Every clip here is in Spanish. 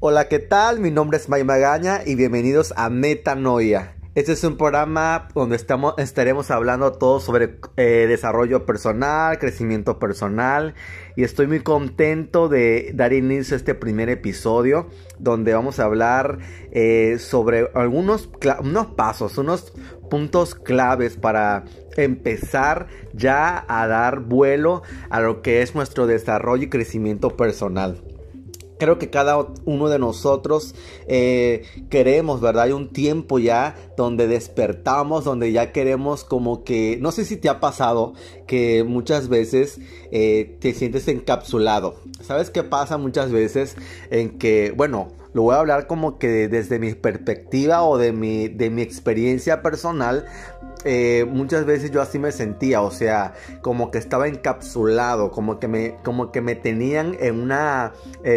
Hola, ¿qué tal? Mi nombre es May Magaña y bienvenidos a Metanoia. Este es un programa donde estaremos hablando todo sobre desarrollo personal, crecimiento personal, y estoy muy contento de dar inicio a este primer episodio donde vamos a hablar sobre unos pasos, unos puntos claves para empezar ya a dar vuelo a lo que es nuestro desarrollo y crecimiento personal. Creo que cada uno de nosotros queremos, ¿verdad? Hay un tiempo ya donde despertamos, donde ya queremos como que... No sé si te ha pasado que muchas veces te sientes encapsulado. ¿Sabes qué pasa muchas veces? En que, bueno, lo voy a hablar como que desde mi perspectiva o de mi experiencia personal. Muchas veces yo así me sentía, o sea, como que estaba encapsulado, como que me tenían en una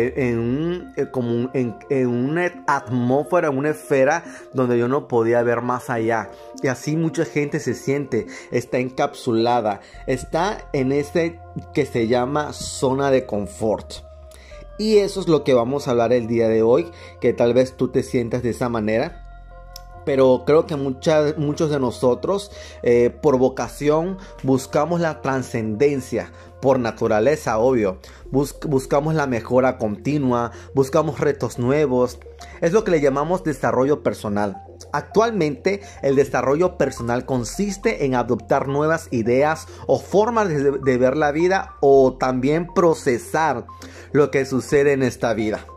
atmósfera, en una esfera donde yo no podía ver más allá. Y así mucha gente se siente, está encapsulada, está en este que se llama zona de confort. Y eso es lo que vamos a hablar el día de hoy, que tal vez tú te sientas de esa manera. Pero creo que muchos de nosotros por vocación buscamos la trascendencia, por naturaleza, obvio. Buscamos la mejora continua, buscamos retos nuevos. Es lo que le llamamos desarrollo personal. Actualmente el desarrollo personal consiste en adoptar nuevas ideas o formas de ver la vida, o también procesar lo que sucede en esta vida.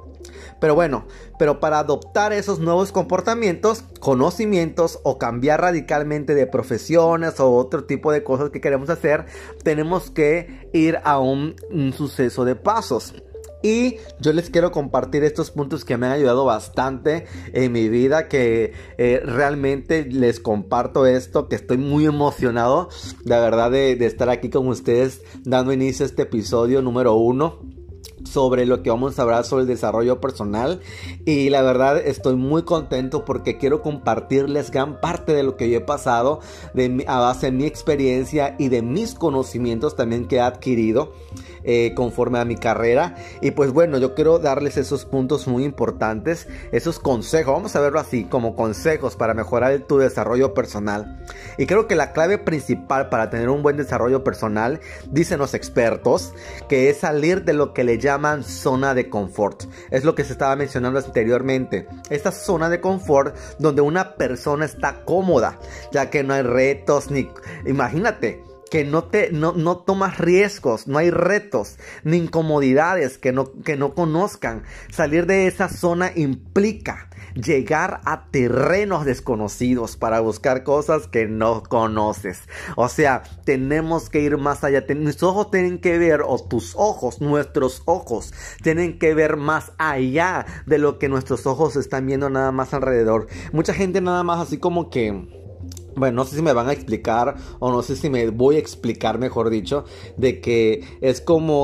Pero para adoptar esos nuevos comportamientos, conocimientos o cambiar radicalmente de profesiones o otro tipo de cosas que queremos hacer, tenemos que ir a un suceso de pasos. Y yo les quiero compartir estos puntos que me han ayudado bastante en mi vida, que realmente les comparto esto, que estoy muy emocionado, la verdad, de estar aquí con ustedes dando inicio a este episodio número 1. Sobre lo que vamos a hablar sobre el desarrollo personal. Y la verdad estoy muy contento porque quiero compartirles gran parte de lo que yo he pasado a base de mi experiencia y de mis conocimientos también que he adquirido conforme a mi carrera. Y pues bueno, yo quiero darles esos puntos muy importantes, esos consejos, vamos a verlo así, como consejos para mejorar tu desarrollo personal. Y creo que la clave principal para tener un buen desarrollo personal, dicen los expertos, que es salir de lo que le llaman zona de confort. Es lo que se estaba mencionando anteriormente. Esta zona de confort donde una persona está cómoda, ya que no hay retos ni... Imagínate que no tomas riesgos, no hay retos ni incomodidades que no conozcan. Salir de esa zona implica llegar a terrenos desconocidos para buscar cosas que no conoces. O sea, tenemos que ir más allá. Mis ojos tienen que ver, o tus ojos, nuestros ojos, tienen que ver más allá de lo que nuestros ojos están viendo nada más alrededor. Mucha gente nada más así como que... Bueno, no sé si me van a explicar, o no sé si me voy a explicar, mejor dicho, de que es como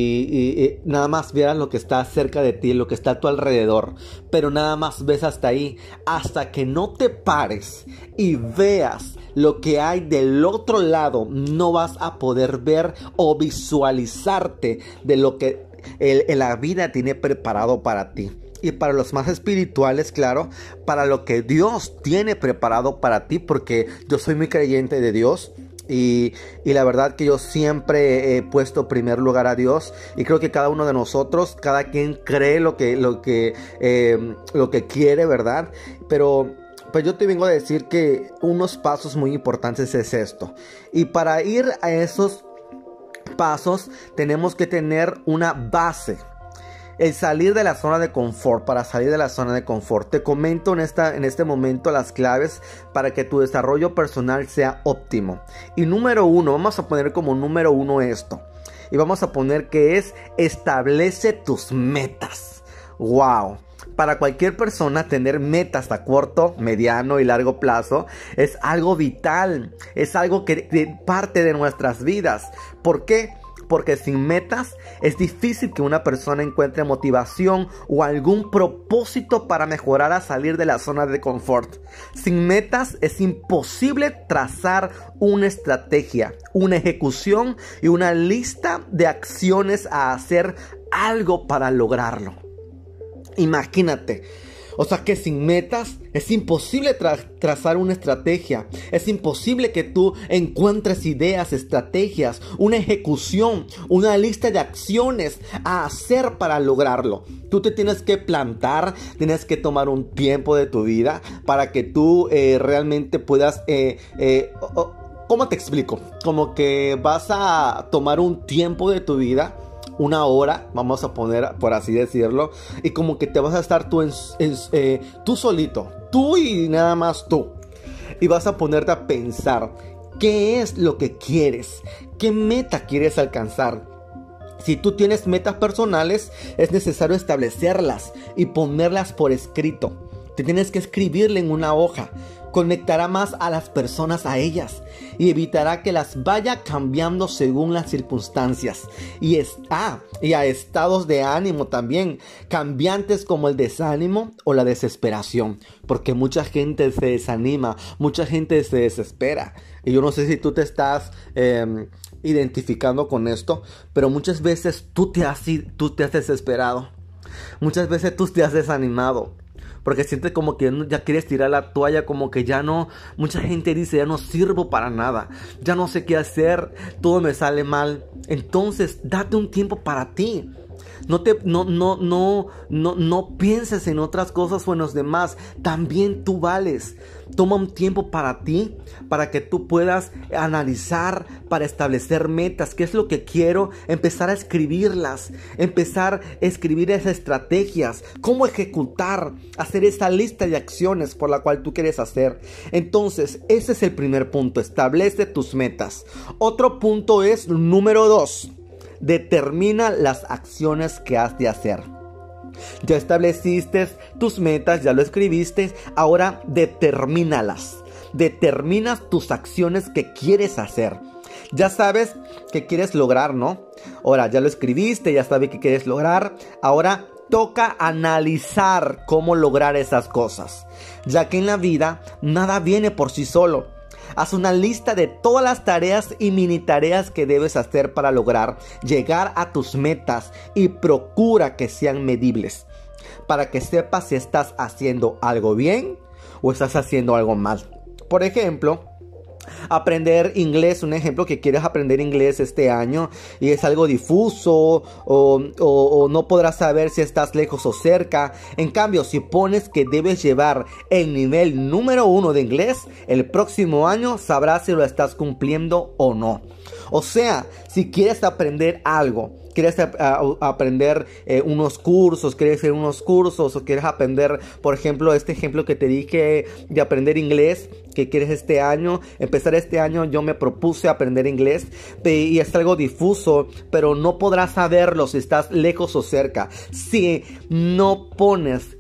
si nada más vieras lo que está cerca de ti, lo que está a tu alrededor, pero nada más ves hasta ahí, hasta que no te pares y veas lo que hay del otro lado. No vas a poder ver o visualizarte de lo que la vida tiene preparado para ti. Y para los más espirituales, claro, para lo que Dios tiene preparado para ti, porque yo soy muy creyente de Dios. Y la verdad que yo siempre he puesto primer lugar a Dios. Y creo que cada uno de nosotros, cada quien cree lo que quiere, ¿verdad? Pero pues yo te vengo a decir que unos pasos muy importantes es esto. Y para ir a esos pasos tenemos que tener una base. El salir de la zona de confort. Para salir de la zona de confort, te comento en este momento las claves para que tu desarrollo personal sea óptimo. Y número 1, vamos a poner como número 1 esto. Y vamos a poner que es: establece tus metas. ¡Wow! Para cualquier persona, tener metas a corto, mediano y largo plazo es algo vital. Es algo que parte de nuestras vidas. ¿Por qué? Porque sin metas es difícil que una persona encuentre motivación o algún propósito para mejorar a salir de la zona de confort. Sin metas es imposible trazar una estrategia, una ejecución y una lista de acciones a hacer algo para lograrlo. Imagínate. O sea que sin metas es imposible trazar una estrategia. Es imposible que tú encuentres ideas, estrategias, una ejecución, una lista de acciones a hacer para lograrlo. Tú te tienes que plantar, tienes que tomar un tiempo de tu vida para que tú realmente puedas... ¿Cómo te explico? Como que vas a tomar un tiempo de tu vida, una hora, vamos a poner por así decirlo, y como que te vas a estar tú solito, tú y nada más tú, y vas a ponerte a pensar qué es lo que quieres, qué meta quieres alcanzar. Si tú tienes metas personales, es necesario establecerlas y ponerlas por escrito. Te tienes que escribirle en una hoja. Conectará más a las personas a ellas y evitará que las vaya cambiando según las circunstancias y a estados de ánimo también cambiantes, como el desánimo o la desesperación, porque mucha gente se desanima, mucha gente se desespera, y yo no sé si tú te estás identificando con esto, pero muchas veces tú te has desesperado, muchas veces tú te has desanimado, porque sientes como que ya quieres tirar la toalla, como que ya no, mucha gente dice, ya no sirvo para nada, ya no sé qué hacer, todo me sale mal. Entonces, date un tiempo para ti. No pienses en otras cosas o en los demás. También tú vales. Toma un tiempo para ti, para que tú puedas analizar, para establecer metas. ¿Qué es lo que quiero? Empezar a escribirlas. Empezar a escribir esas estrategias. Cómo ejecutar. Hacer esa lista de acciones por la cual tú quieres hacer. Entonces, ese es el primer punto. Establece tus metas. Otro punto es número 2. Determina las acciones que has de hacer. Ya estableciste tus metas, ya lo escribiste, ahora determínalas. Determinas tus acciones que quieres hacer. Ya sabes qué quieres lograr, ¿no? Ahora ya lo escribiste, ya sabes qué quieres lograr. Ahora toca analizar cómo lograr esas cosas, ya que en la vida nada viene por sí solo. Haz una lista de todas las tareas y mini tareas que debes hacer para lograr llegar a tus metas, y procura que sean medibles, para que sepas si estás haciendo algo bien o estás haciendo algo mal. Por ejemplo, aprender inglés, un ejemplo, que quieres aprender inglés este año y es algo difuso o no podrás saber si estás lejos o cerca. En cambio, si pones que debes llevar el nivel número 1 de inglés, el próximo año sabrás si lo estás cumpliendo o no. O sea, si quieres aprender algo, quieres aprender unos cursos, quieres hacer unos cursos, o quieres aprender, por ejemplo, este ejemplo que te dije de aprender inglés, que quieres este año, empezar este año. Yo me propuse aprender inglés y es algo difuso, pero no podrás saberlo si estás lejos o cerca. Si no pones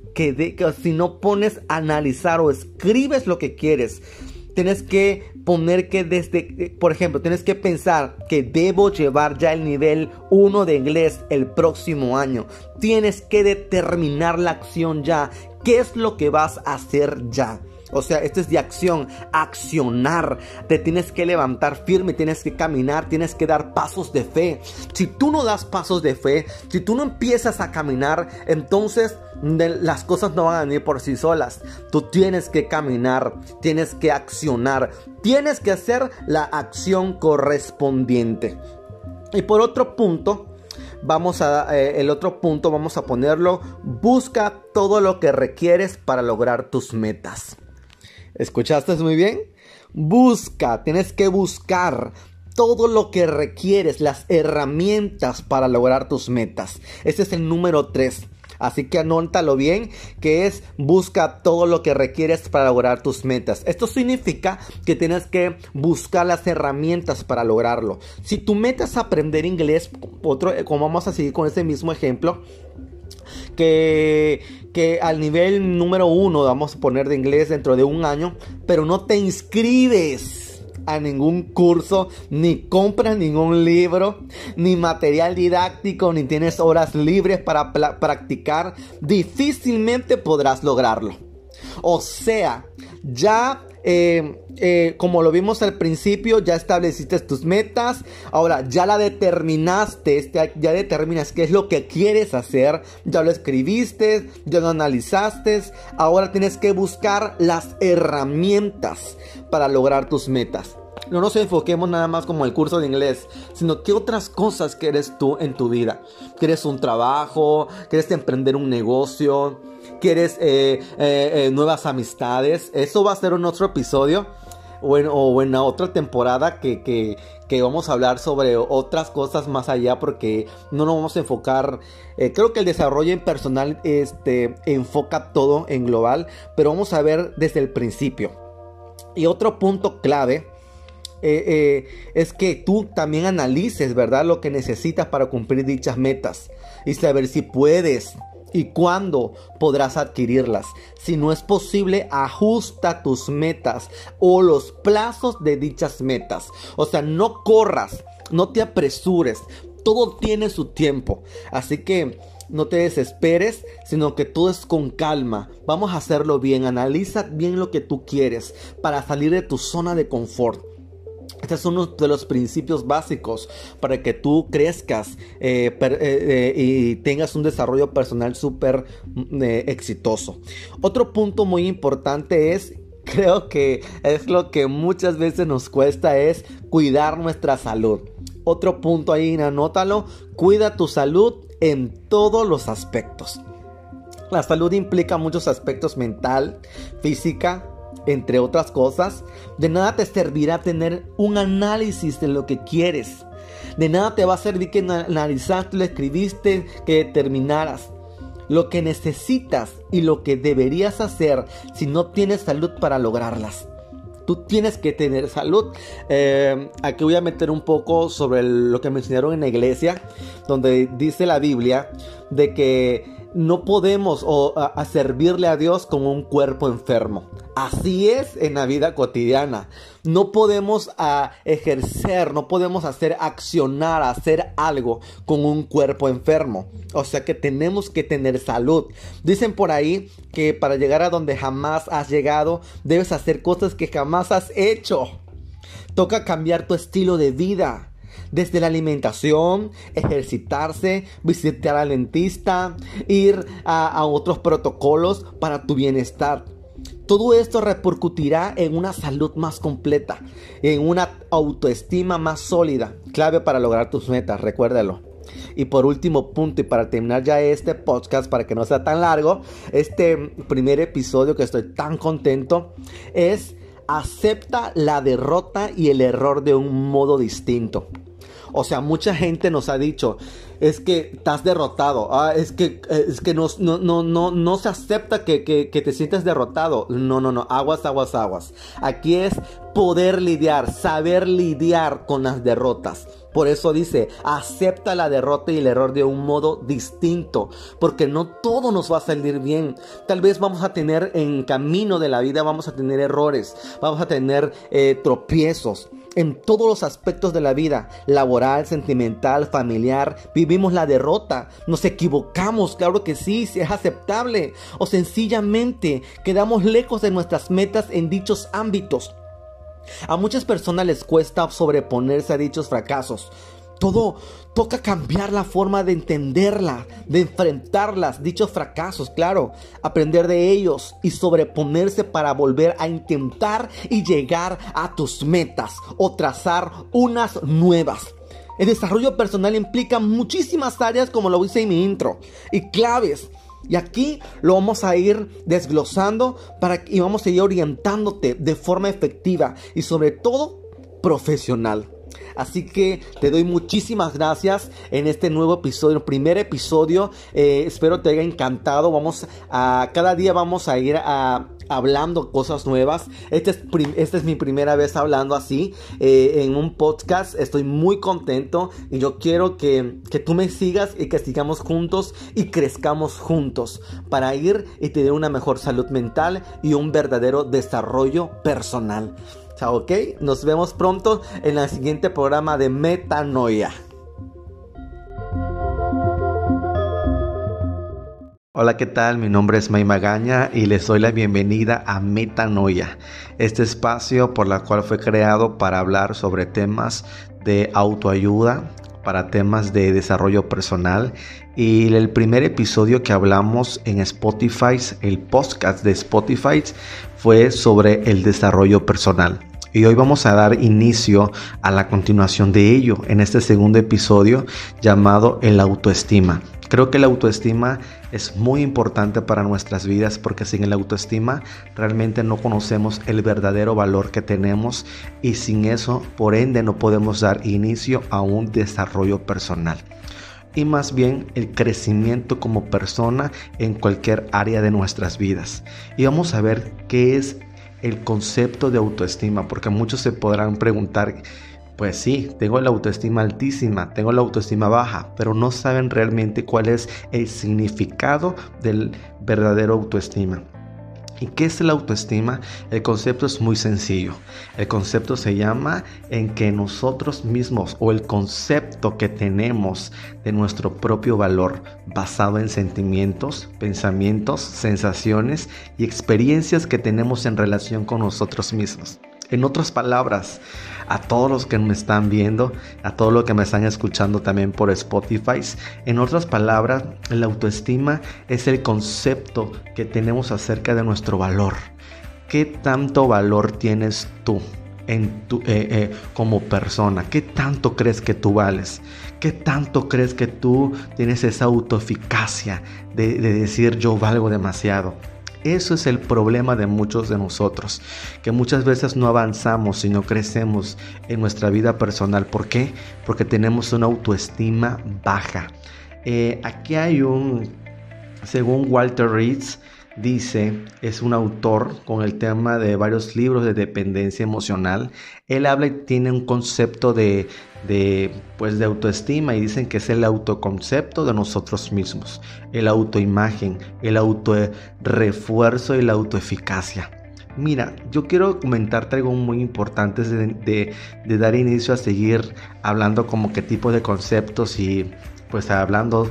a analizar o escribes lo que quieres, tienes que poner que por ejemplo, tienes que pensar que debo llevar ya el nivel 1 de inglés el próximo año. Tienes que determinar la acción ya. ¿Qué es lo que vas a hacer ya? O sea, esto es de acción, accionar. Te tienes que levantar firme, tienes que caminar, tienes que dar pasos de fe. Si tú no das pasos de fe, si tú no empiezas a caminar, entonces las cosas no van a venir por sí solas. Tú tienes que caminar, tienes que accionar, tienes que hacer la acción correspondiente. Y por otro punto, vamos a ponerlo: busca todo lo que requieres para lograr tus metas. ¿Escuchaste muy bien? Tienes que buscar todo lo que requieres, las herramientas para lograr tus metas. Ese es el número 3. Así que anótalo bien, que es: busca todo lo que requieres para lograr tus metas. Esto significa que tienes que buscar las herramientas para lograrlo. Si tu meta es aprender inglés, como vamos a seguir con ese mismo ejemplo, que al nivel número 1 vamos a poner de inglés dentro de un año, pero no te inscribes a ningún curso, ni compras ningún libro, ni material didáctico, ni tienes horas libres para practicar, difícilmente podrás lograrlo. O sea, ya como lo vimos al principio, ya estableciste tus metas. Ahora ya la determinaste, ya determinas qué es lo que quieres hacer. Ya lo escribiste, ya lo analizaste. Ahora tienes que buscar las herramientas para lograr tus metas. No nos enfoquemos nada más como el curso de inglés, sino qué otras cosas quieres tú en tu vida. ¿Quieres un trabajo? ¿Quieres emprender un negocio? ¿Quieres nuevas amistades? Eso va a ser en otro episodio o en otra temporada que vamos a hablar sobre otras cosas más allá, porque no nos vamos a enfocar. Creo que el desarrollo personal enfoca todo en global, pero vamos a ver desde el principio. Y otro punto clave es que tú también analices, ¿verdad?, lo que necesitas para cumplir dichas metas y saber si puedes y cuándo podrás adquirirlas. Si no es posible, ajusta tus metas o los plazos de dichas metas. O sea, no corras, no te apresures. Todo tiene su tiempo. Así que no te desesperes, sino que todo es con calma. Vamos a hacerlo bien. Analiza bien lo que tú quieres para salir de tu zona de confort. Este es uno de los principios básicos para que tú crezcas y tengas un desarrollo personal súper exitoso. Otro punto muy importante creo que es lo que muchas veces nos cuesta, es cuidar nuestra salud. Otro punto ahí, anótalo: cuida tu salud en todos los aspectos. La salud implica muchos aspectos: mental, física, entre otras cosas. De nada te servirá tener un análisis de lo que quieres. De nada te va a servir que analizaste, lo escribiste, que determinaras lo que necesitas y lo que deberías hacer si no tienes salud para lograrlas. Tú tienes que tener salud. Aquí voy a meter un poco sobre lo que me enseñaron en la iglesia, donde dice la Biblia de que no podemos servirle a Dios con un cuerpo enfermo. Así es en la vida cotidiana. No podemos ejercer, no podemos accionar, hacer algo con un cuerpo enfermo. O sea que tenemos que tener salud. Dicen por ahí que para llegar a donde jamás has llegado, debes hacer cosas que jamás has hecho. Toca cambiar tu estilo de vida. Desde la alimentación, ejercitarse, visitar al dentista, ir a otros protocolos para tu bienestar. Todo esto repercutirá en una salud más completa, en una autoestima más sólida, clave para lograr tus metas, recuérdalo. Y por último punto, y para terminar ya este podcast, para que no sea tan largo, este primer episodio que estoy tan contento, es: acepta la derrota y el error de un modo distinto. O sea, mucha gente nos ha dicho: es que estás derrotado, es que no se acepta que te sientes derrotado. No, aguas. Aquí es poder lidiar, saber lidiar con las derrotas. Por eso dice: acepta la derrota y el error de un modo distinto, porque no todo nos va a salir bien. Tal vez vamos a tener, en camino de la vida, vamos a tener errores, vamos a tener tropiezos. En todos los aspectos de la vida, laboral, sentimental, familiar, vivimos la derrota, nos equivocamos, claro que sí, es aceptable, o sencillamente quedamos lejos de nuestras metas en dichos ámbitos. A muchas personas les cuesta sobreponerse a dichos fracasos. Todo toca cambiar la forma de entenderla, de enfrentarlas, dichos fracasos, claro, aprender de ellos y sobreponerse para volver a intentar y llegar a tus metas o trazar unas nuevas. El desarrollo personal implica muchísimas áreas, como lo hice en mi intro, y claves. Y aquí lo vamos a ir desglosando y vamos a ir orientándote de forma efectiva y sobre todo profesional. Así que te doy muchísimas gracias en este nuevo episodio, el primer episodio. Espero te haya encantado. Cada día vamos a ir hablando cosas nuevas. Esta es mi primera vez hablando así en un podcast. Estoy muy contento y yo quiero que tú me sigas y que sigamos juntos y crezcamos juntos para ir y tener una mejor salud mental y un verdadero desarrollo personal. Chao, ¿ok? Nos vemos pronto en el siguiente programa de Metanoia. Hola, ¿qué tal? Mi nombre es May Magaña y les doy la bienvenida a Metanoia, este espacio por el cual fue creado para hablar sobre temas de autoayuda, para temas de desarrollo personal. Y el primer episodio que hablamos en Spotify, el podcast de Spotify, fue sobre el desarrollo personal. Y hoy vamos a dar inicio a la continuación de ello en este segundo episodio llamado el autoestima. Creo que la autoestima es muy importante para nuestras vidas porque sin la autoestima realmente no conocemos el verdadero valor que tenemos y sin eso, por ende, no podemos dar inicio a un desarrollo personal y más bien el crecimiento como persona en cualquier área de nuestras vidas. Y vamos a ver qué es el concepto de autoestima, porque muchos se podrán preguntar, pues sí, tengo la autoestima altísima, tengo la autoestima baja, pero no saben realmente cuál es el significado del verdadero autoestima. ¿Y qué es la autoestima? El concepto es muy sencillo. El concepto se llama en que nosotros mismos o el concepto que tenemos de nuestro propio valor basado en sentimientos, pensamientos, sensaciones y experiencias que tenemos en relación con nosotros mismos. En otras palabras, a todos los que me están viendo, a todos los que me están escuchando también por Spotify, en otras palabras, la autoestima es el concepto que tenemos acerca de nuestro valor. ¿Qué tanto valor tienes tú como persona? ¿Qué tanto crees que tú vales? ¿Qué tanto crees que tú tienes esa autoeficacia de decir yo valgo demasiado? Eso es el problema de muchos de nosotros, que muchas veces no avanzamos sino crecemos en nuestra vida personal. ¿Por qué? Porque tenemos una autoestima baja. Aquí hay según Walter Ritz, dice, es un autor con el tema de varios libros de dependencia emocional. Él habla y tiene un concepto de autoestima y dicen que es el autoconcepto de nosotros mismos, el autoimagen, el autorrefuerzo y la autoeficacia. Mira, yo quiero comentarte algo muy importante de dar inicio a seguir hablando como qué tipo de conceptos y pues hablando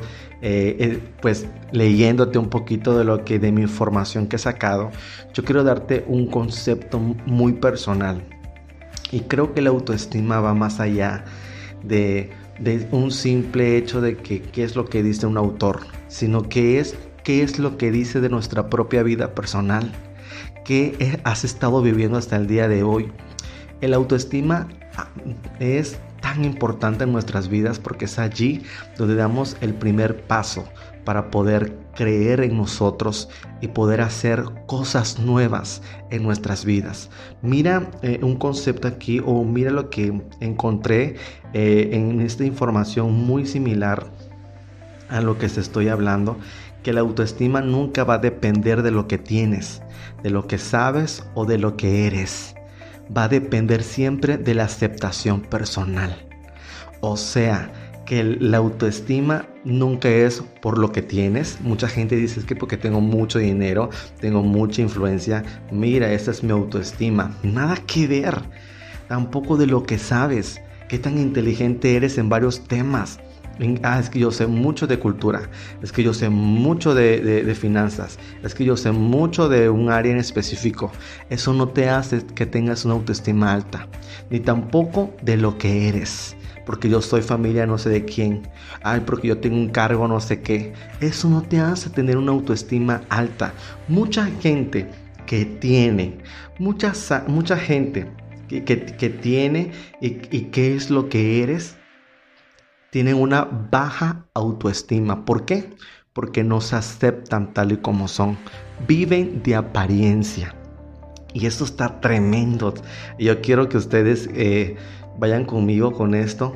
leyéndote un poquito de mi información que he sacado. Yo quiero darte un concepto muy personal y creo que la autoestima va más allá de un simple hecho de que qué es lo que dice un autor, sino qué es lo que dice de nuestra propia vida personal, qué has estado viviendo hasta el día de hoy. El autoestima es tan importante en nuestras vidas porque es allí donde damos el primer paso para poder creer en nosotros y poder hacer cosas nuevas en nuestras vidas. Mira un concepto aquí, o mira lo que encontré en esta información muy similar a lo que te estoy hablando, que la autoestima nunca va a depender de lo que tienes, de lo que sabes o de lo que eres. Va a depender siempre de la aceptación personal. O sea, que la autoestima nunca es por lo que tienes. Mucha gente dice es que porque tengo mucho dinero, tengo mucha influencia, mira, esa es mi autoestima. Nada que ver. Tampoco de lo que sabes, qué tan inteligente eres en varios temas. Es que yo sé mucho de cultura, es que yo sé mucho de finanzas, es que yo sé mucho de un área en específico. Eso no te hace que tengas una autoestima alta, ni tampoco de lo que eres. Porque yo soy familia no sé de quién, porque yo tengo un cargo no sé qué. Eso no te hace tener una autoestima alta. Mucha gente que tiene, mucha gente que tiene y qué es lo que eres, tienen una baja autoestima. ¿Por qué? Porque no se aceptan tal y como son. Viven de apariencia. Y eso está tremendo. Y yo quiero que ustedes vayan conmigo con esto.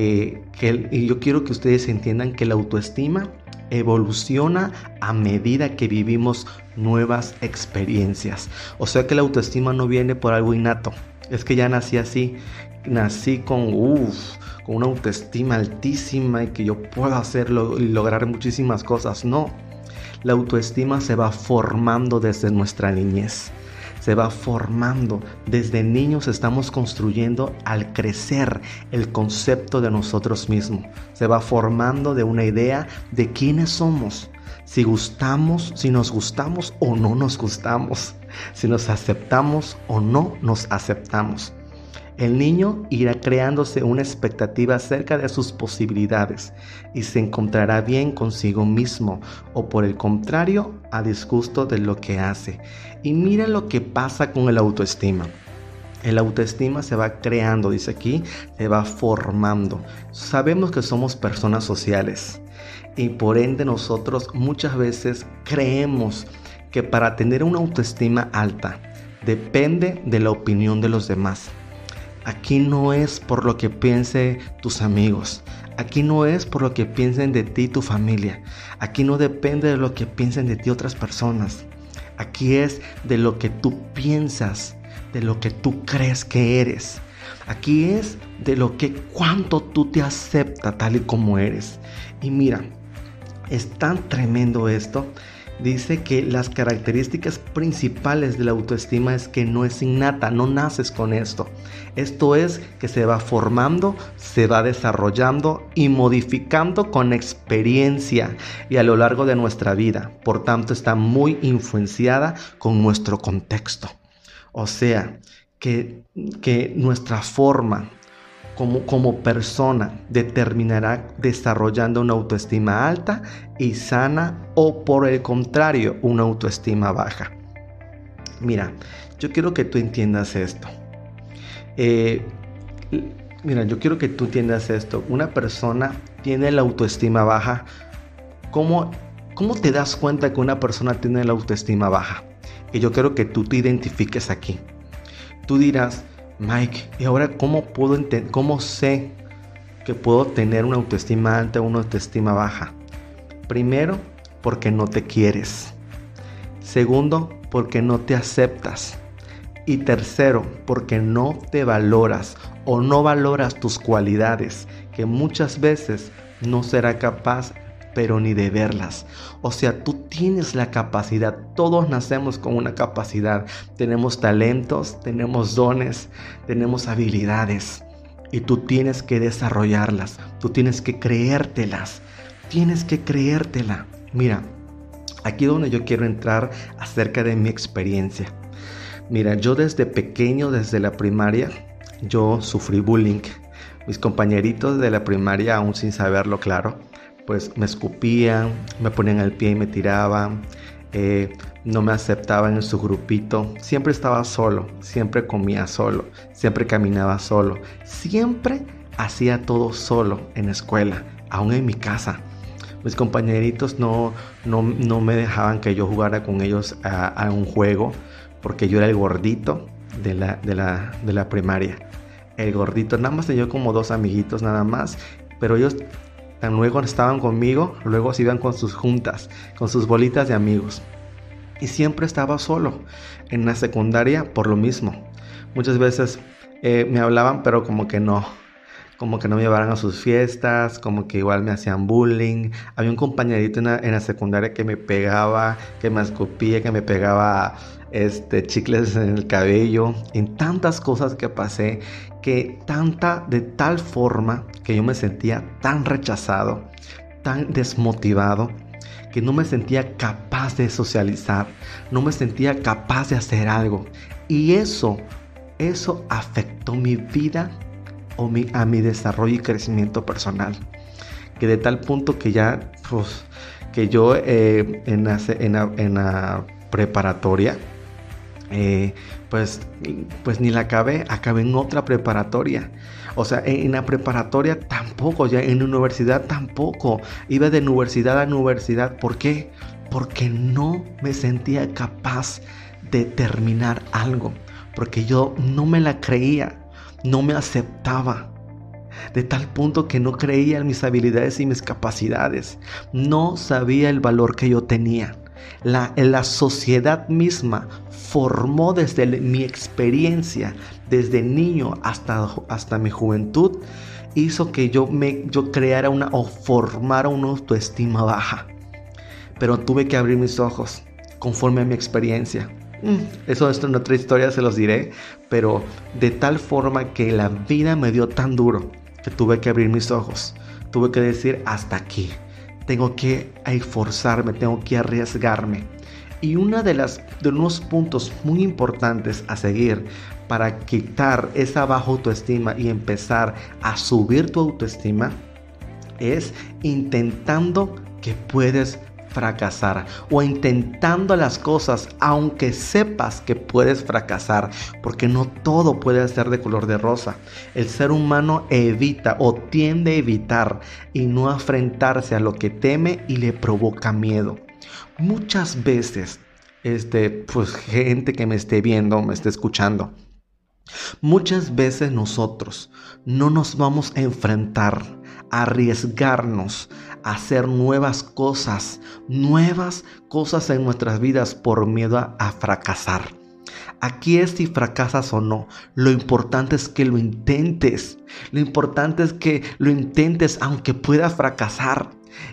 Y yo quiero que ustedes entiendan que la autoestima evoluciona a medida que vivimos nuevas experiencias. O sea que la autoestima no viene por algo innato. Es que ya nací así. Nací con una autoestima altísima y que yo puedo hacerlo y lograr muchísimas cosas. No, la autoestima se va formando desde nuestra niñez. Se va formando. Desde niños estamos construyendo al crecer el concepto de nosotros mismos. Se va formando de una idea de quiénes somos. si nos gustamos o no nos gustamos, si nos aceptamos o no nos aceptamos. El niño irá creándose una expectativa acerca de sus posibilidades y se encontrará bien consigo mismo, o por el contrario, a disgusto de lo que hace. Y mira lo que pasa con el autoestima. El autoestima se va creando, dice aquí, se va formando. Sabemos que somos personas sociales y por ende nosotros muchas veces creemos que para tener una autoestima alta depende de la opinión de los demás. Aquí no es por lo que piensen tus amigos. Aquí no es por lo que piensen de ti tu familia. Aquí no depende de lo que piensen de ti otras personas. Aquí es de lo que tú piensas, de lo que tú crees que eres. Aquí es de lo que cuánto tú te aceptas tal y como eres. Y mira, es tan tremendo esto. Dice que las características principales de la autoestima es que no es innata, no naces con esto. Esto es que se va formando, se va desarrollando y modificando con experiencia y a lo largo de nuestra vida. Por tanto, está muy influenciada con nuestro contexto. O sea, que nuestra forma como persona determinará desarrollando una autoestima alta y sana, o por el contrario, una autoestima baja. Mira, yo quiero que tú entiendas esto. Una persona tiene la autoestima baja. ¿Cómo te das cuenta que una persona tiene la autoestima baja? Y yo quiero que tú te identifiques aquí. Tú dirás, Mike, ¿y ahora cómo sé que puedo tener una autoestima alta o una autoestima baja? Primero, porque no te quieres. Segundo, porque no te aceptas. Y tercero, porque no te valoras o no valoras tus cualidades, que muchas veces no serás capaz pero ni de verlas. O sea, tú tienes la capacidad, todos nacemos con una capacidad, tenemos talentos, tenemos dones, tenemos habilidades y tú tienes que desarrollarlas, tú tienes que creértelas, Mira, aquí es donde yo quiero entrar acerca de mi experiencia. Mira, yo desde pequeño, desde la primaria, yo sufrí bullying. Mis compañeritos de la primaria, aún sin saberlo, claro, pues me escupían, me ponían al pie y me tiraban, no me aceptaban en su grupito. Siempre estaba solo, siempre comía solo, siempre caminaba solo, siempre hacía todo solo en la escuela, aún en mi casa. Mis compañeritos no me dejaban que yo jugara con ellos a un juego, porque yo era el gordito de la primaria. El gordito, nada más tenía como 2 amiguitos nada más, pero ellos luego estaban conmigo, luego se iban con sus juntas, con sus bolitas de amigos. Y siempre estaba solo. En la secundaria, por lo mismo. Muchas veces me hablaban, pero como que no me llevaran a sus fiestas, como que igual me hacían bullying. Había un compañerito en la secundaria que me pegaba, que me escupía, que me pegaba chicles en el cabello, en tantas cosas que pasé, de tal forma que yo me sentía tan rechazado, tan desmotivado, que no me sentía capaz de socializar, no me sentía capaz de hacer algo. Y eso afectó mi vida a mi desarrollo y crecimiento personal, que de tal punto que ya que yo en la preparatoria pues ni la acabé en otra preparatoria. O sea, en la preparatoria tampoco, ya en la universidad tampoco, iba de universidad a universidad. ¿Por qué? Porque no me sentía capaz de terminar algo, porque yo no me la creía, no me aceptaba, de tal punto que no creía en mis habilidades y mis capacidades, no sabía el valor que yo tenía. La sociedad misma formó desde mi experiencia, desde niño hasta mi juventud, hizo que yo creara formara una autoestima baja. Pero tuve que abrir mis ojos conforme a mi experiencia. Esto en otra historia se los diré, pero de tal forma que la vida me dio tan duro que tuve que abrir mis ojos. Tuve que decir hasta aquí. tengo que esforzarme, tengo que arriesgarme. Y de unos puntos muy importantes a seguir para quitar esa baja autoestima y empezar a subir tu autoestima es intentando que puedes fracasar o intentando las cosas aunque sepas que puedes fracasar, porque no todo puede ser de color de rosa. El ser humano evita o tiende a evitar y no a enfrentarse a lo que teme y le provoca miedo. Muchas veces, gente que me esté viendo, me esté escuchando, muchas veces nosotros no nos vamos a enfrentar, a arriesgarnos a hacer nuevas cosas en nuestras vidas por miedo a fracasar. Aquí es si fracasas o no. Lo importante es que lo intentes. Lo importante es que lo intentes aunque puedas fracasar.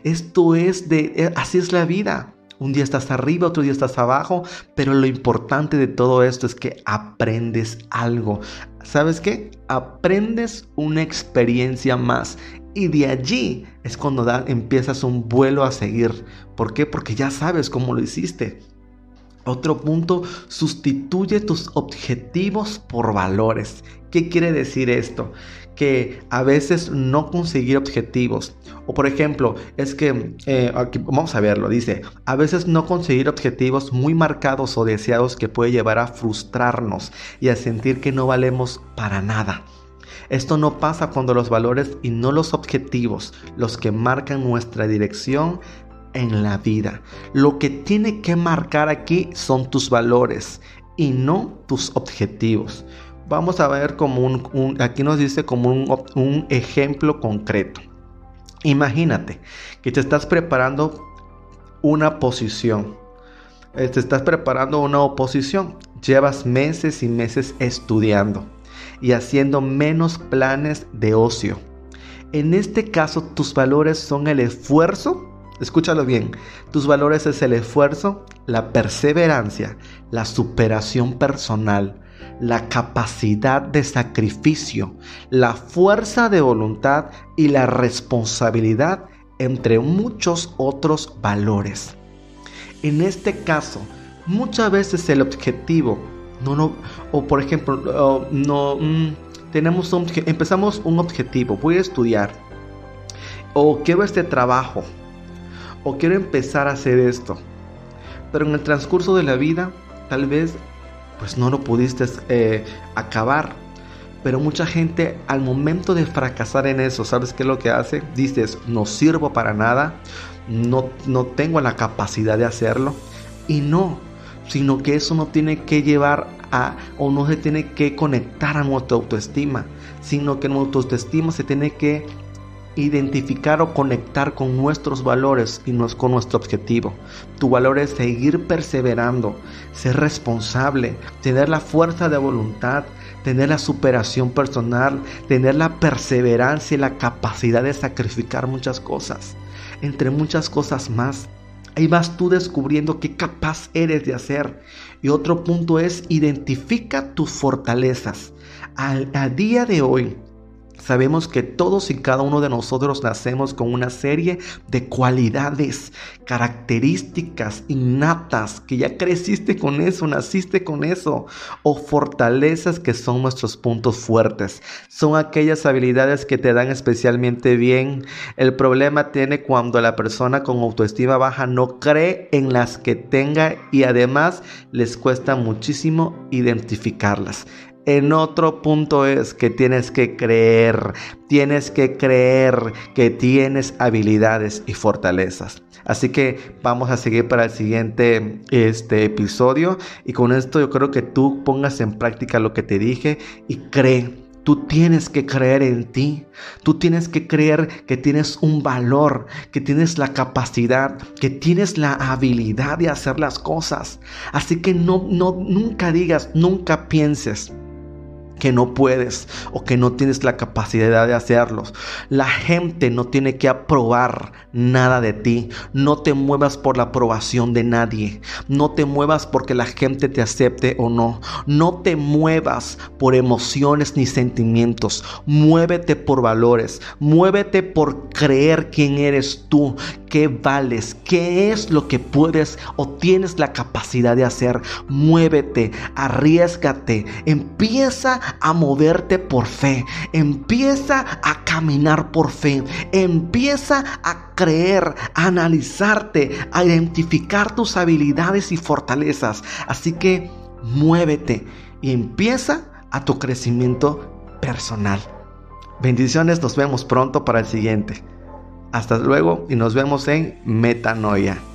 Así es la vida. Un día estás arriba, otro día estás abajo, pero lo importante de todo esto es que aprendes algo. ¿Sabes qué? Aprendes una experiencia más y de allí es cuando empiezas un vuelo a seguir. ¿Por qué? Porque ya sabes cómo lo hiciste. Otro punto, sustituye tus objetivos por valores. ¿Qué quiere decir esto? Que a veces no conseguir objetivos, o por ejemplo, es que, aquí vamos a verlo, dice, a veces no conseguir objetivos muy marcados o deseados que puede llevar a frustrarnos y a sentir que no valemos para nada. Esto no pasa cuando los valores y no los objetivos, los que marcan nuestra dirección en la vida. Lo que tiene que marcar aquí son tus valores y no tus objetivos. Vamos a ver como aquí nos dice como un ejemplo concreto. Imagínate que te estás preparando una posición. Te estás preparando una oposición. Llevas meses y meses estudiando y haciendo menos planes de ocio. En este caso, tus valores son el esfuerzo. Escúchalo bien. Tus valores es el esfuerzo, la perseverancia, la superación personal, la capacidad de sacrificio, la fuerza de voluntad y la responsabilidad, entre muchos otros valores. En este caso, muchas veces el objetivo, empezamos un objetivo, voy a estudiar, o quiero este trabajo, o quiero empezar a hacer esto, pero en el transcurso de la vida, tal vez pues no lo pudiste acabar. Pero mucha gente al momento de fracasar en eso, ¿sabes qué es lo que hace? Dices, no sirvo para nada, no tengo la capacidad de hacerlo. Y no, sino que eso no tiene que llevar o no se tiene que conectar a nuestra autoestima, sino que nuestra autoestima se tiene que identificar o conectar con nuestros valores y no con nuestro objetivo. Tu valor es seguir perseverando, ser responsable, tener la fuerza de voluntad, tener la superación personal, tener la perseverancia y la capacidad de sacrificar muchas cosas, entre muchas cosas más. Ahí vas tú descubriendo qué capaz eres de hacer. Y otro punto es identifica tus fortalezas. A día de hoy, sabemos que todos y cada uno de nosotros nacemos con una serie de cualidades, características innatas, que ya creciste con eso, naciste con eso, o fortalezas que son nuestros puntos fuertes. Son aquellas habilidades que te dan especialmente bien. El problema tiene cuando la persona con autoestima baja no cree en las que tenga y además les cuesta muchísimo identificarlas. En otro punto es que tienes que creer que tienes habilidades y fortalezas. Así que vamos a seguir para el siguiente episodio y con esto yo creo que tú pongas en práctica lo que te dije y cree. Tú tienes que creer en ti, tú tienes que creer que tienes un valor, que tienes la capacidad, que tienes la habilidad de hacer las cosas. Así que nunca pienses que no puedes o que no tienes la capacidad de hacerlos. La gente no tiene que aprobar nada de ti. No te muevas por la aprobación de nadie. No te muevas porque la gente te acepte o no. No te muevas por emociones ni sentimientos. Muévete por valores. Muévete por creer quién eres tú. qué vales, qué es lo que puedes o tienes la capacidad de hacer. Muévete, arriésgate, empieza a moverte por fe, empieza a caminar por fe, empieza a creer, a analizarte, a identificar tus habilidades y fortalezas. Así que muévete y empieza a tu crecimiento personal. Bendiciones, nos vemos pronto para el siguiente. Hasta luego y nos vemos en Metanoia.